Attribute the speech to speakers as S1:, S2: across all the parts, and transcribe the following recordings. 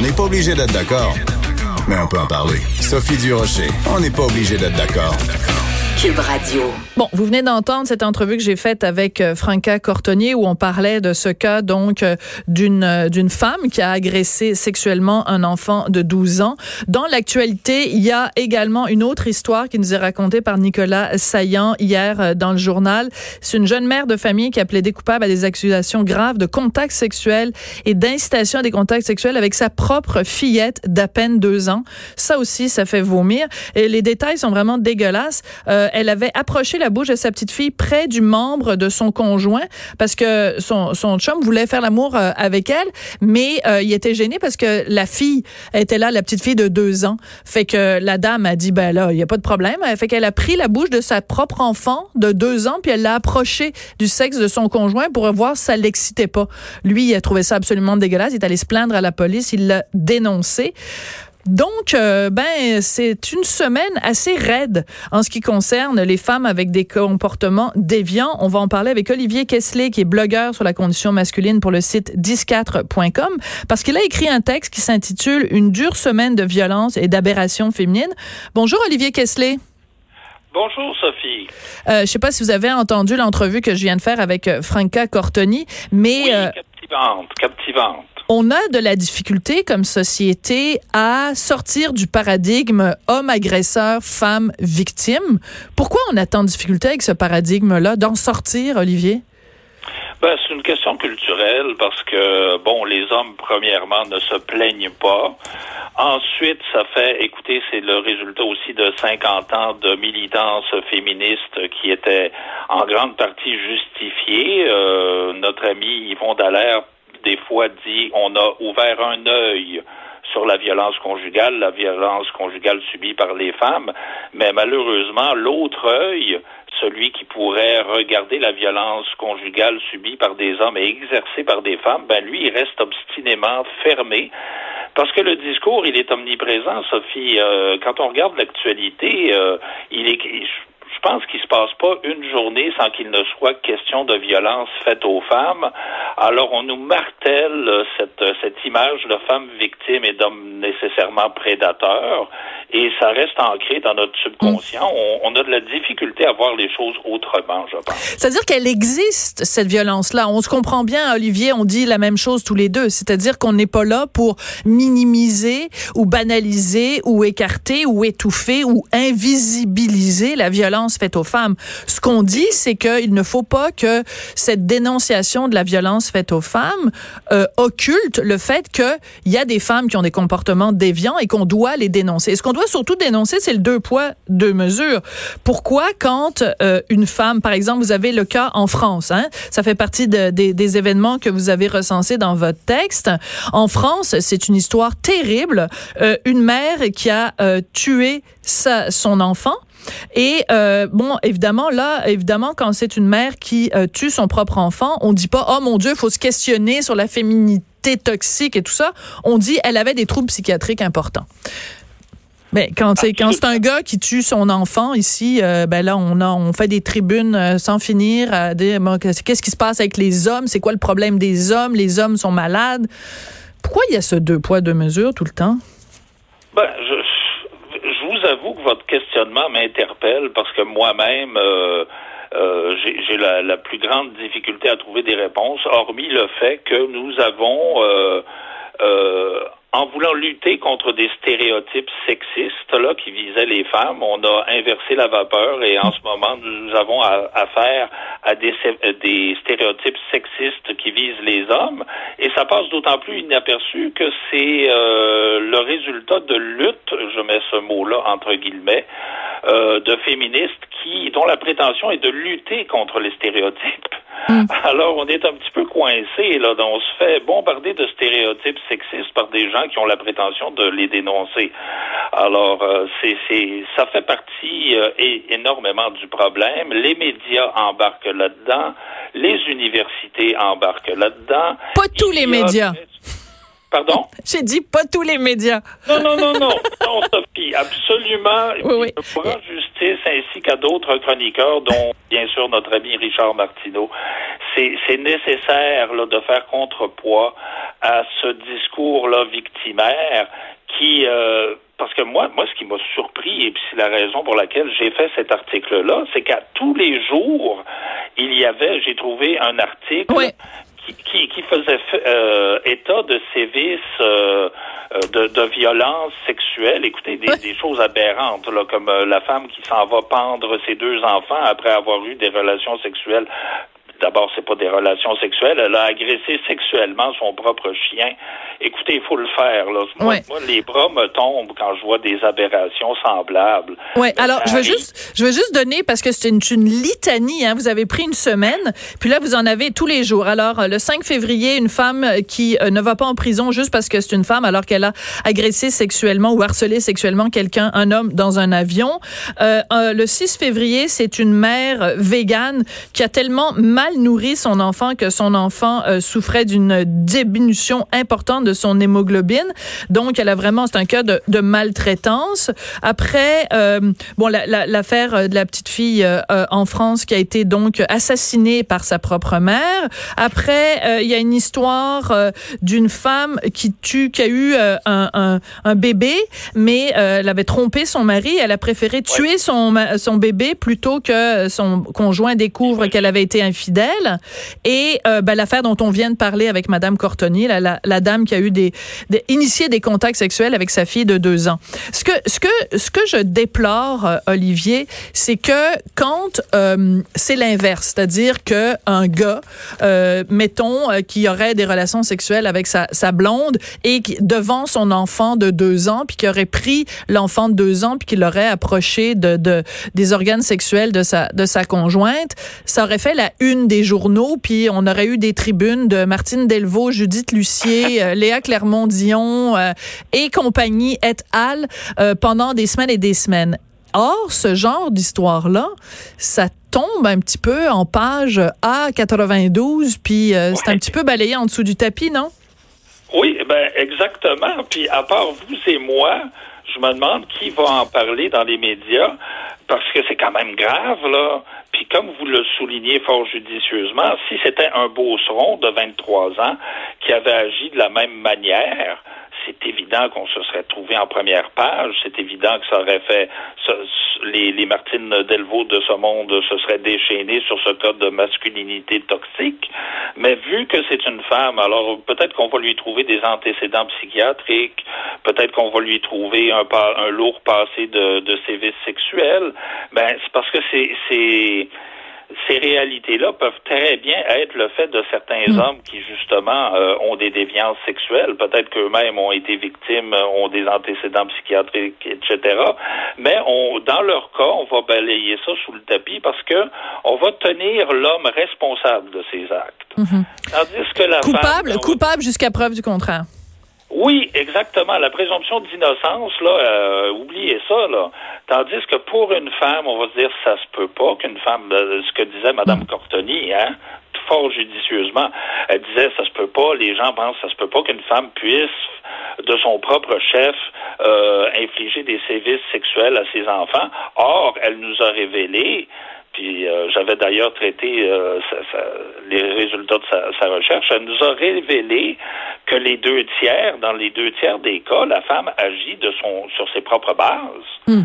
S1: n'est pas obligé d'être d'accord. Mais on peut en parler. Sophie Durocher, on n'est pas obligé d'être d'accord.
S2: Cube Radio.
S3: Bon, vous venez d'entendre cette entrevue que j'ai faite avec Franca Cortogné où on parlait de ce cas donc d'une femme qui a agressé sexuellement un enfant de 12 ans. Dans l'actualité, il y a également une autre histoire qui nous est racontée par Nicolas Saillant hier dans le journal. C'est une jeune mère de famille qui a plaidé coupable à des accusations graves de contacts sexuels et d'incitation à des contacts sexuels avec sa propre fillette d'à peine 2 ans. Ça aussi, ça fait vomir. Et les détails sont vraiment dégueulasses. Elle avait approché la bouche de sa petite fille près du membre de son conjoint parce que son chum voulait faire l'amour avec elle, mais il était gêné parce que la fille était là, la petite fille de 2 ans. Fait que la dame a dit, ben là, il y a pas de problème. Fait qu'elle a pris la bouche de sa propre enfant de 2 ans puis elle l'a approché du sexe de son conjoint pour voir si ça l'excitait pas. Lui, il a trouvé ça absolument dégueulasse. Il est allé se plaindre à la police. Il l'a dénoncé. Donc, c'est une semaine assez raide en ce qui concerne les femmes avec des comportements déviants. On va en parler avec Olivier Kessler, qui est blogueur sur la condition masculine pour le site 10-4.com, parce qu'il a écrit un texte qui s'intitule « Une dure semaine de violence et d'aberration féminine ». Bonjour, Olivier Kessler.
S4: Bonjour, Sophie.
S3: Je sais pas si vous avez entendu l'entrevue que je viens de faire avec Franca Cortogné, mais...
S4: Oui, captivante.
S3: On a de la difficulté comme société à sortir du paradigme homme agresseur, femme victime. Pourquoi on a tant de difficulté avec ce paradigme-là, d'en sortir, Olivier?
S4: C'est une question culturelle parce que, les hommes, premièrement, ne se plaignent pas. Ensuite, c'est le résultat aussi de 50 ans de militance féministe qui était en grande partie justifiée. Notre ami Yvon Dallaire des fois dit on a ouvert un œil sur la violence conjugale subie par les femmes, mais malheureusement, l'autre œil, celui qui pourrait regarder la violence conjugale subie par des hommes et exercée par des femmes, lui, il reste obstinément fermé. Parce que le discours, il est omniprésent, Sophie. Quand on regarde l'actualité, je pense qu'il se passe pas une journée sans qu'il ne soit question de violence faite aux femmes. Alors, on nous martèle cette image de femme victime et d'homme nécessairement prédateur, et ça reste ancré dans notre subconscient. On a de la difficulté à voir les choses autrement, je pense.
S3: C'est-à-dire qu'elle existe, cette violence-là. On se comprend bien, Olivier, on dit la même chose tous les deux. C'est-à-dire qu'on n'est pas là pour minimiser ou banaliser ou écarter ou étouffer ou invisibiliser la violence faite aux femmes. Ce qu'on dit, c'est qu'il ne faut pas que cette dénonciation de la violence faite aux femmes occulte le fait qu'il y a des femmes qui ont des comportements déviants et qu'on doit les dénoncer. Et ce qu'on doit surtout dénoncer, c'est le 2 poids, 2 mesures. Pourquoi, quand une femme, par exemple, vous avez le cas en France, ça fait partie des événements que vous avez recensés dans votre texte. En France, c'est une histoire terrible. Une mère qui a tué son enfant. Et évidemment, quand c'est une mère qui tue son propre enfant, on dit pas « Oh mon Dieu, il faut se questionner sur la féminité toxique et tout ça ». On dit « Elle avait des troubles psychiatriques importants ». Mais quand c'est un gars qui tue son enfant ici, là on fait des tribunes sans finir à dire qu'est-ce qui se passe avec les hommes, c'est quoi le problème des hommes, les hommes sont malades. Pourquoi il y a ce 2 poids 2 mesures tout le temps?
S4: Je vous avoue que votre questionnement m'interpelle parce que moi-même, j'ai la plus grande difficulté à trouver des réponses, hormis le fait que nous avons, en voulant lutter contre des stéréotypes sexistes là qui visaient les femmes, on a inversé la vapeur et en ce moment, nous avons affaire à des stéréotypes sexistes qui visent les hommes. Et ça passe d'autant plus inaperçu que c'est le résultat de lutte, je mets ce mot-là entre guillemets, de féministes dont la prétention est de lutter contre les stéréotypes. Alors, on est un petit peu coincé, là. On se fait bombarder de stéréotypes sexistes par des gens qui ont la prétention de les dénoncer. Alors, ça fait partie énormément du problème. Les médias embarquent là-dedans. Les universités embarquent là-dedans.
S3: Pas tous les médias.
S4: Pardon?
S3: J'ai dit pas tous les médias.
S4: Non, Sophie, absolument.
S3: Oui.
S4: Je peux rendre justice ainsi qu'à d'autres chroniqueurs, dont, bien sûr, notre ami Richard Martineau. C'est nécessaire là, de faire contrepoids à ce discours-là victimaire qui... parce que moi, ce qui m'a surpris, et puis c'est la raison pour laquelle j'ai fait cet article-là, c'est qu'à tous les jours, j'ai trouvé un article...
S3: Oui.
S4: Qui faisait état de sévices, de violences sexuelles. Écoutez, des choses aberrantes, là, comme la femme qui s'en va pendre ses 2 enfants après avoir eu des relations sexuelles. D'abord, c'est pas des relations sexuelles. Elle a agressé sexuellement son propre chien. Écoutez, il faut le faire. Là. Moi, les bras me tombent quand je vois des aberrations semblables.
S3: Oui, alors je veux juste donner, parce que c'est une litanie, hein, vous avez pris une semaine, puis là, vous en avez tous les jours. Alors, le 5 février, une femme qui ne va pas en prison juste parce que c'est une femme, alors qu'elle a agressé sexuellement ou harcelé sexuellement un homme dans un avion. Le 6 février, c'est une mère végane qui a tellement mal nourri son enfant que son enfant souffrait d'une diminution importante de son hémoglobine. Donc, c'est un cas de maltraitance. Après, l'affaire de la petite fille en France qui a été donc assassinée par sa propre mère. Après, il y a une histoire d'une femme qui a eu un bébé, mais elle avait trompé son mari. Elle a préféré tuer son bébé plutôt que son conjoint découvre qu'elle avait été infidèle. Et l'affaire dont on vient de parler avec Madame Cortonnier, la dame qui a eu initié des contacts sexuels avec sa fille de 2 ans. Ce que je déplore, Olivier, c'est que quand c'est l'inverse, c'est-à-dire que un gars, qui aurait des relations sexuelles avec sa blonde et qui, devant son enfant de 2 ans, puis qui aurait pris l'enfant de 2 ans puis qui l'aurait approché des organes sexuels de sa conjointe, ça aurait fait la une des journaux, puis on aurait eu des tribunes de Martine Delvaux, Judith Lucier, Léa Clermont-Dion et compagnie et al. Pendant des semaines et des semaines. Or, ce genre d'histoire-là, ça tombe un petit peu en page A92, puis c'est un petit peu balayé en dessous du tapis, non?
S4: Oui, exactement. Puis à part vous et moi, je me demande qui va en parler dans les médias, parce que c'est quand même grave, là. Puis comme vous le soulignez fort judicieusement, si c'était un beauceron de 23 ans qui avait agi de la même manière, c'est évident qu'on se serait trouvé en première page. C'est évident que ça aurait fait... les Martine Delvaux de ce monde se seraient déchaînés sur ce cas de masculinité toxique. Mais vu que c'est une femme, alors peut-être qu'on va lui trouver des antécédents psychiatriques, peut-être qu'on va lui trouver un lourd passé de sévices sexuels. C'est parce que ces réalités-là peuvent très bien être le fait de certains hommes qui, justement, ont des déviances sexuelles. Peut-être qu'eux-mêmes ont été victimes, ont des antécédents psychiatriques, etc. Mais dans leur cas, on va balayer ça sous le tapis parce que on va tenir l'homme responsable de ses actes. Tandis que la femme...
S3: Coupable jusqu'à preuve du contraire.
S4: Oui, exactement. La présomption d'innocence, là, oubliez ça, là. Tandis que pour une femme, on va se dire, ça se peut pas qu'une femme, ce que disait Mme Cortonnier, hein, fort judicieusement, elle disait, ça se peut pas, les gens pensent, ça se peut pas qu'une femme puisse, de son propre chef, infliger des sévices sexuels à ses enfants. Or, elle nous a révélé, puis j'avais d'ailleurs traité les résultats de sa recherche. Elle nous a révélé que dans les 2 tiers des cas, la femme agit sur ses propres bases.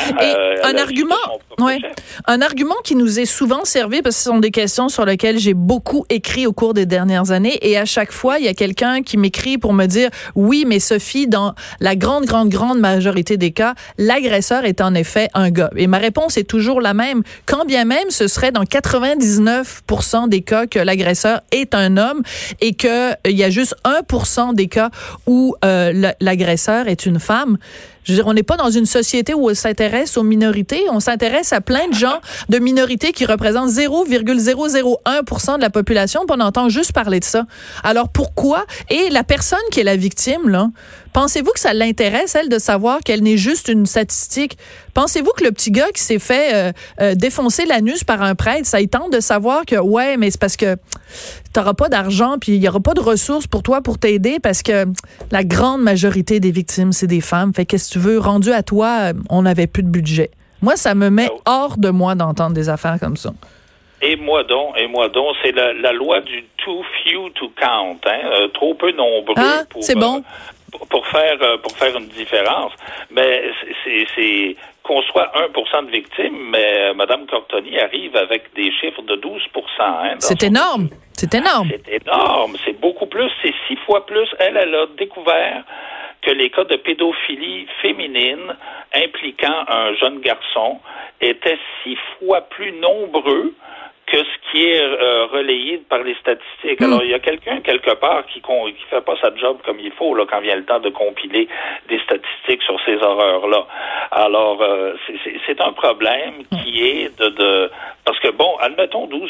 S3: Un argument qui nous est souvent servi, parce que ce sont des questions sur lesquelles j'ai beaucoup écrit au cours des dernières années, et à chaque fois, il y a quelqu'un qui m'écrit pour me dire, oui, mais Sophie, dans la grande majorité des cas, l'agresseur est en effet un gars. Et ma réponse est toujours la même. Quand bien même ce serait dans 99% des cas que l'agresseur est un homme et qu'il y a juste 1% des cas où l'agresseur est une femme, Je veux dire, on n'est pas dans une société où on s'intéresse aux minorités. On s'intéresse à plein de gens de minorités qui représentent 0,001% de la population, puis on entend juste parler de ça. Alors pourquoi? Et la personne qui est la victime, là, pensez-vous que ça l'intéresse, elle, de savoir qu'elle n'est juste une statistique? Pensez-vous que le petit gars qui s'est fait défoncer l'anus par un prêtre, ça y tente de savoir que, ouais, mais c'est parce que t'auras pas d'argent, puis il y aura pas de ressources pour toi pour t'aider, parce que la grande majorité des victimes, c'est des femmes. Fait qu'est-ce que tu veux? Rendu à toi, on n'avait plus de budget. Moi, ça me met hors de moi d'entendre des affaires comme ça.
S4: Et moi donc, c'est la loi du too few to count, hein, trop peu nombreux pour,
S3: c'est bon.
S4: Pour faire une différence. Mais c'est qu'on soit 1% de victimes, mais Mme Cortoni arrive avec des chiffres de 12%. Hein,
S3: c'est énorme. C'est énorme.
S4: C'est énorme. C'est beaucoup plus. C'est 6 fois plus. Elle a découvert que les cas de pédophilie féminine impliquant un jeune garçon étaient 6 fois plus nombreux que ce qui est relayé par les statistiques. Alors, il y a quelqu'un, quelque part, qui fait pas sa job comme il faut, là, quand vient le temps de compiler des statistiques sur ces horreurs-là. Alors, c'est un problème qui est parce que, bon, admettons 12%.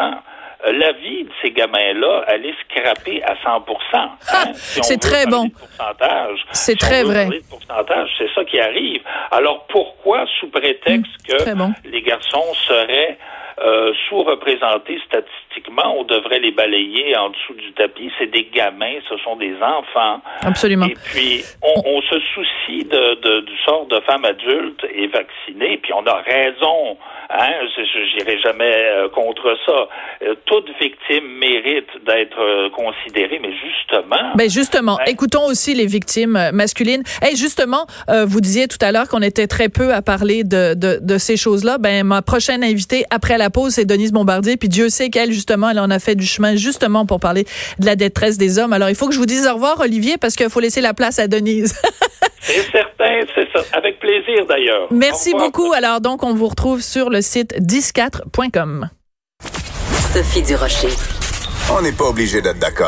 S4: La vie de ces gamins-là, elle est scrappée à 100%. Hein? Si
S3: c'est très bon. C'est très vrai.
S4: C'est ça qui arrive. Alors, pourquoi, sous prétexte que les garçons seraient sous-représentés statistiquement, on devrait les balayer en dessous du tapis? C'est des gamins, ce sont des enfants.
S3: Absolument.
S4: Et puis, on se soucie du sort de femmes adultes et vaccinées, puis on a raison. Hein? Je n'irai jamais contre ça. Toute victime mérite d'être considérée, mais justement...
S3: écoutons aussi les victimes masculines. Hey, justement, vous disiez tout à l'heure qu'on était très peu à parler de ces choses-là. Ma prochaine invitée après la pause, c'est Denise Bombardier, puis Dieu sait qu'elle, justement, elle en a fait du chemin justement pour parler de la détresse des hommes. Alors, il faut que je vous dise au revoir, Olivier, parce qu'il faut laisser la place à Denise.
S4: C'est certain, c'est ça. Avec plaisir, d'ailleurs.
S3: Merci beaucoup. Alors, donc, on vous retrouve sur le site 104.com.
S2: Sophie Durocher.
S1: On n'est pas obligé d'être d'accord.